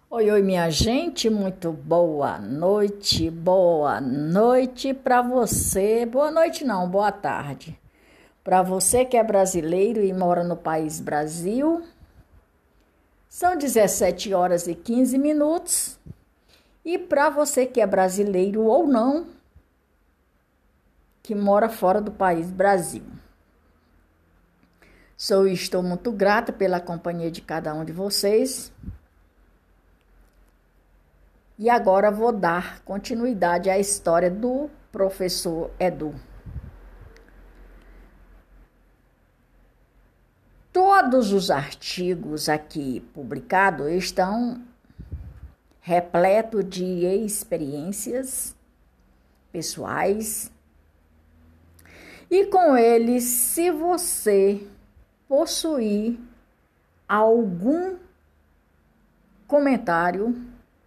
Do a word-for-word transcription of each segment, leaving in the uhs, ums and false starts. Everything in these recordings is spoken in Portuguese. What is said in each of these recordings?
Oi, oi, minha gente, muito boa noite, boa noite para você. Boa noite não, boa tarde. Para você que é brasileiro e mora no país Brasil, são dezessete horas e quinze minutos. E para você que é brasileiro ou não, que mora fora do país Brasil. Sou e estou muito grata pela companhia de cada um de vocês. E agora vou dar continuidade à história do professor Edu. Todos os artigos aqui publicados estão repletos de experiências pessoais. E com eles, se você possuir algum comentário,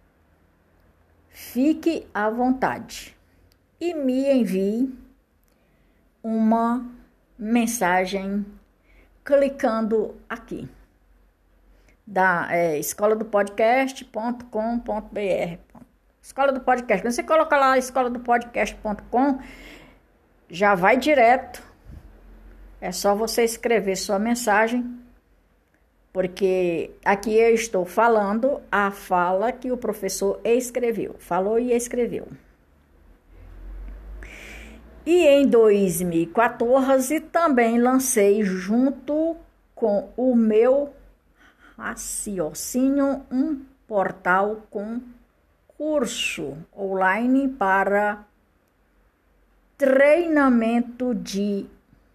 fique à vontade e me envie uma mensagem clicando aqui da é, escola do podcast ponto com ponto br. Escola do Podcast. Quando você coloca lá escola do podcast ponto com, já vai direto. É só você escrever sua mensagem, porque aqui eu estou falando a fala que o professor escreveu, falou e escreveu. E em dois mil e quatorze também lancei, junto com o meu raciocínio, um portal com curso online para treinamento de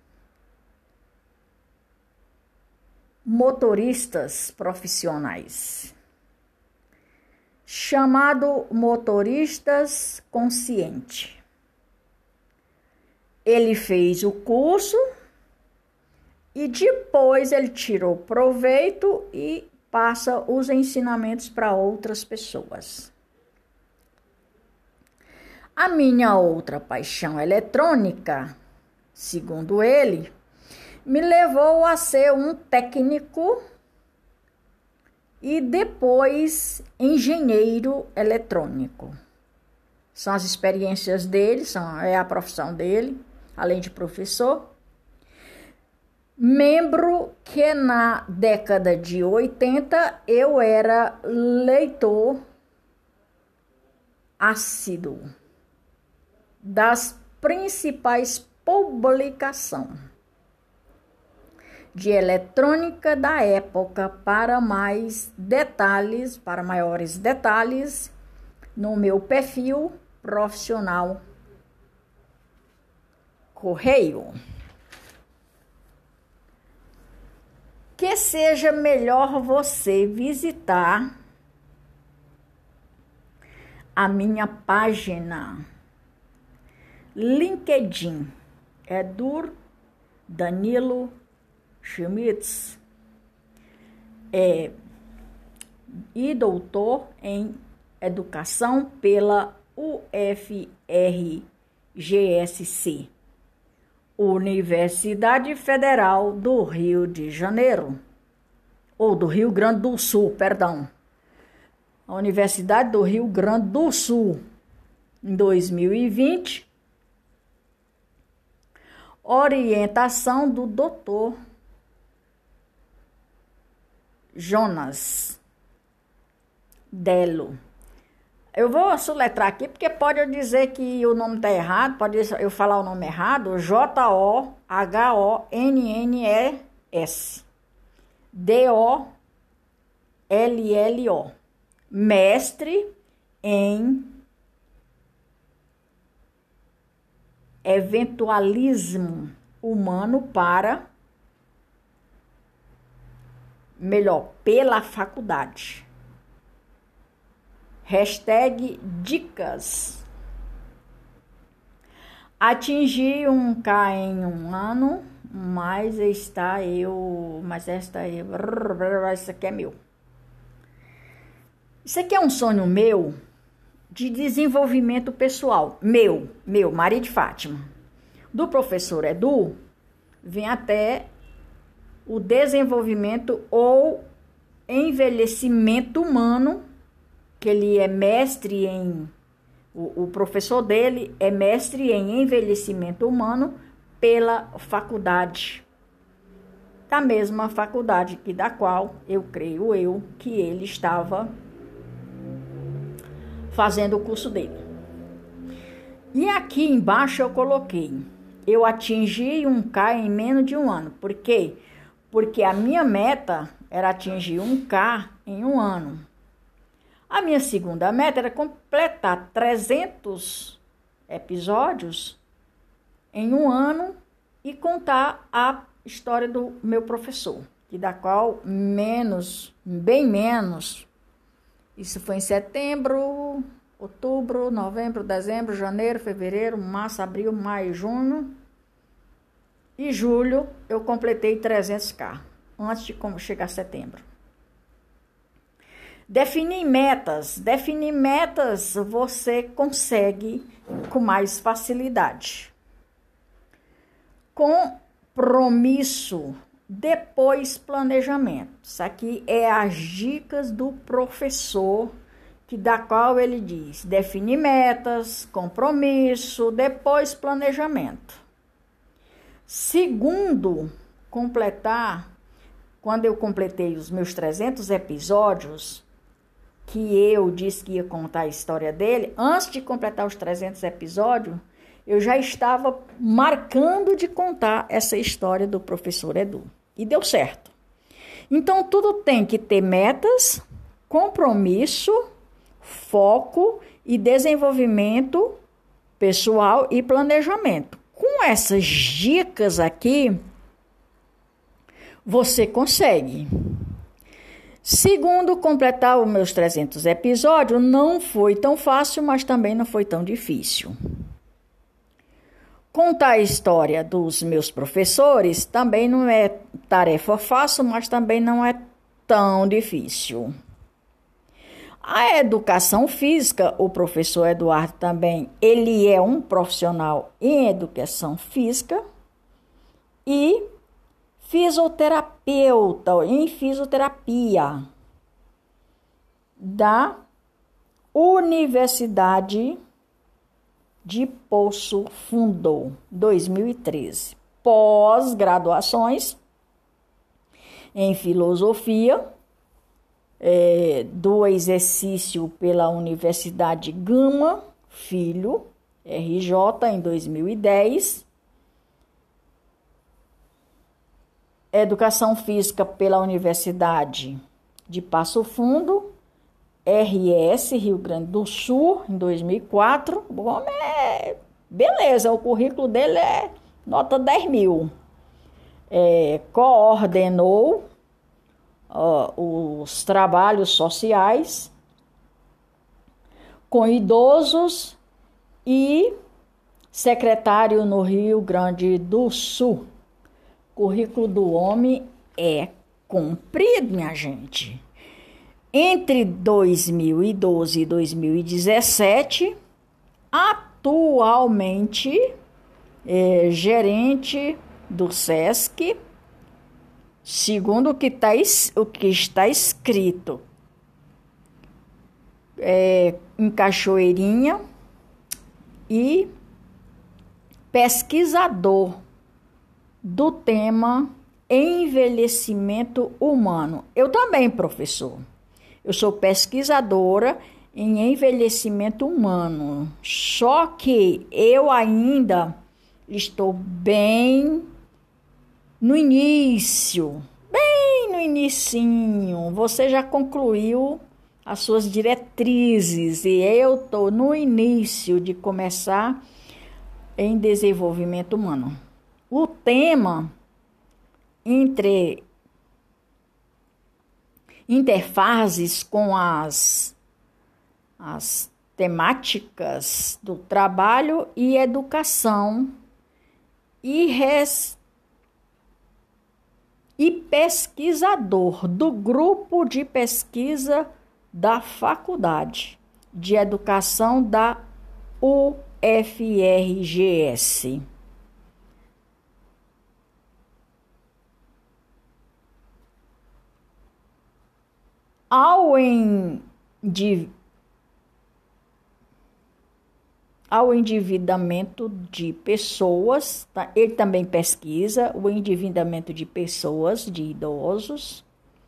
motoristas profissionais, chamado Motoristas Consciente. Ele fez o curso e depois ele tirou proveito e passa os ensinamentos para outras pessoas. A minha outra paixão eletrônica, segundo ele, me levou a ser um técnico e depois engenheiro eletrônico. São as experiências dele, são, é a profissão dele, além de professor. Membro que na década de oitenta eu era leitor assíduo das principais publicações de eletrônica da época. Para mais detalhes, para maiores detalhes, no meu perfil profissional Correio. Que seja melhor você visitar a minha página LinkedIn, Edu Danilo Schmitz, é, e doutor em Educação pela U F R G S C, Universidade Federal do Rio de Janeiro, ou do Rio Grande do Sul, perdão, a Universidade do Rio Grande do Sul, em dois mil e vinte, orientação do doutor Jonas Delo. Eu vou soletrar aqui, porque pode eu dizer que o nome está errado, pode eu falar o nome errado. J O H O N N E S D O L L O. Mestre em eventualismo humano para, melhor, pela faculdade. Hashtag dicas. Atingi um K em um ano, mas está eu, mas esta aí, isso aqui é meu. Isso aqui é um sonho meu de desenvolvimento pessoal. Meu, meu, Maria de Fátima. Do professor Edu, vem até o desenvolvimento ou envelhecimento humano que ele é mestre em... O, o professor dele é mestre em envelhecimento humano pela faculdade, da mesma faculdade que da qual eu creio eu que ele estava fazendo o curso dele. E aqui embaixo eu coloquei, eu atingi um K em menos de um ano. Por quê? Porque a minha meta era atingir um K em um ano. A minha segunda meta era completar trezentos episódios em um ano e contar a história do meu professor, que da qual menos, bem menos, isso foi em setembro, outubro, novembro, dezembro, janeiro, fevereiro, março, abril, maio, junho e julho eu completei trezentos K, antes de chegar a setembro. Definir metas. Definir metas você consegue com mais facilidade. Compromisso, depois planejamento. Isso aqui é as dicas do professor, que da qual ele diz: definir metas, compromisso, depois planejamento. Segundo, completar, quando eu completei os meus trezentos episódios, que eu disse que ia contar a história dele, antes de completar os trezentos episódios, eu já estava marcando de contar essa história do professor Edu. E deu certo. Então, tudo tem que ter metas, compromisso, foco e desenvolvimento pessoal e planejamento. Com essas dicas aqui, você consegue. Segundo, completar os meus trezentos episódios não foi tão fácil, mas também não foi tão difícil. Contar a história dos meus professores também não é tarefa fácil, mas também não é tão difícil. A educação física, o professor Eduardo também, ele é um profissional em educação física e fisioterapeuta, em fisioterapia, da Universidade de Poço Fundo, dois mil e treze. Pós-graduações em filosofia, é, do exercício pela Universidade Gama Filho, R J, em dois mil e dez. Educação Física pela Universidade de Passo Fundo, R S, Rio Grande do Sul, em dois mil e quatro. Bom, é... Beleza, o currículo dele é nota dez mil. É, coordenou ó, os trabalhos sociais com idosos e secretário no Rio Grande do Sul. O currículo do homem é comprido, minha gente. Entre dois mil e doze e dois mil e dezessete, atualmente é gerente do SESC, segundo o que, tá, o que está escrito, é, em Cachoeirinha, e pesquisador do tema envelhecimento humano. Eu também, professor. Eu sou pesquisadora em envelhecimento humano. Só que eu ainda estou bem no início, bem no inicinho. Você já concluiu as suas diretrizes e eu estou no início de começar em desenvolvimento humano. O tema entre interfaces com as, as temáticas do trabalho e educação e, res, e pesquisador do grupo de pesquisa da Faculdade de Educação da U F R G S. Ao em, de, ao endividamento de pessoas, tá? Ele também pesquisa o endividamento de pessoas, de idosos,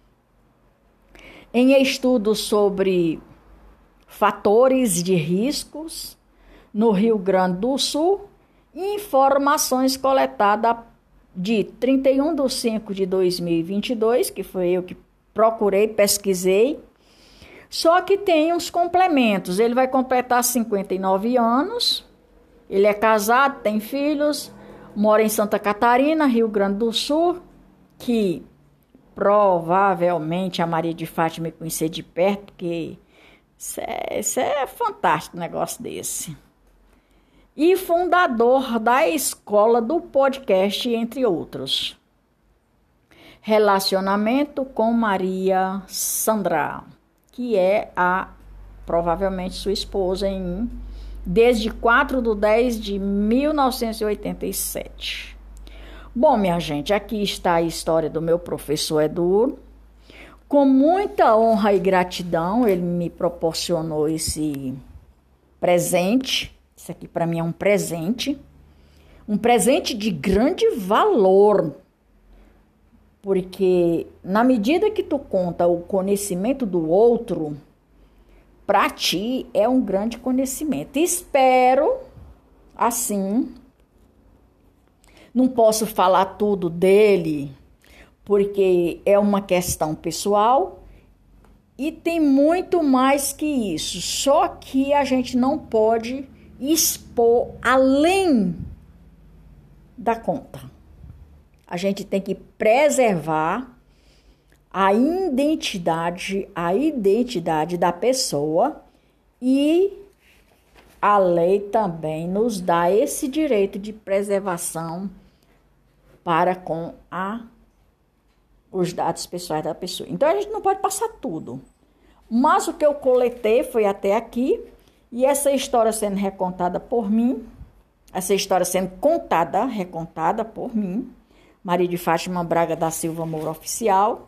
em estudos sobre fatores de riscos no Rio Grande do Sul, informações coletadas de trinta e um de cinco de dois mil e vinte e dois, que foi eu que procurei, pesquisei, só que tem uns complementos. Ele vai completar cinquenta e nove anos, ele é casado, tem filhos, mora em Santa Catarina, Rio Grande do Sul, que provavelmente a Maria de Fátima me conhecer de perto, porque isso é, isso é fantástico, um negócio desse. E fundador da Escola do Podcast, entre outros. Relacionamento com Maria Sandra, que é a, provavelmente, sua esposa, em, desde quatro de dez de mil novecentos e oitenta e sete. Bom, minha gente, aqui está a história do meu professor Edu. Com muita honra e gratidão, ele me proporcionou esse presente. Isso aqui para mim é um presente. Um presente de grande valor. Porque na medida que tu conta o conhecimento do outro, para ti é um grande conhecimento. Espero, assim, não posso falar tudo dele, porque é uma questão pessoal e tem muito mais que isso. Só que a gente não pode expor além da conta. A gente tem que preservar a identidade, a identidade da pessoa, e a lei também nos dá esse direito de preservação para com a, os dados pessoais da pessoa. Então, a gente não pode passar tudo. Mas o que eu coletei foi até aqui, e essa história sendo recontada por mim, essa história sendo contada, recontada por mim, Maria de Fátima Braga da Silva Moura Oficial,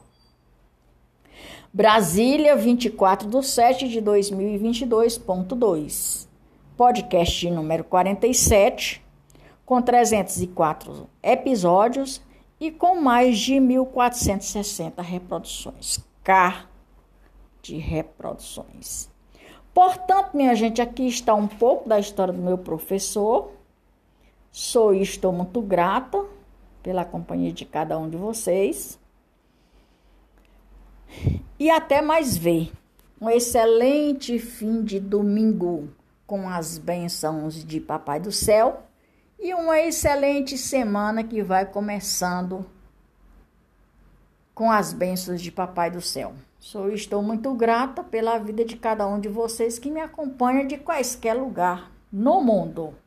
Brasília, vinte e quatro de sete de dois mil e vinte e dois, ponto dois. Podcast número quarenta e sete, com trezentos e quatro episódios e com mais de mil quatrocentas e sessenta reproduções. K de reproduções. Portanto, minha gente, aqui está um pouco da história do meu professor. Sou e estou muito grata pela companhia de cada um de vocês. E até mais ver. Um excelente fim de domingo com as bênçãos de Papai do Céu. E uma excelente semana que vai começando com as bênçãos de Papai do Céu. Sou e estou muito grata pela vida de cada um de vocês que me acompanha de quaisquer lugar no mundo.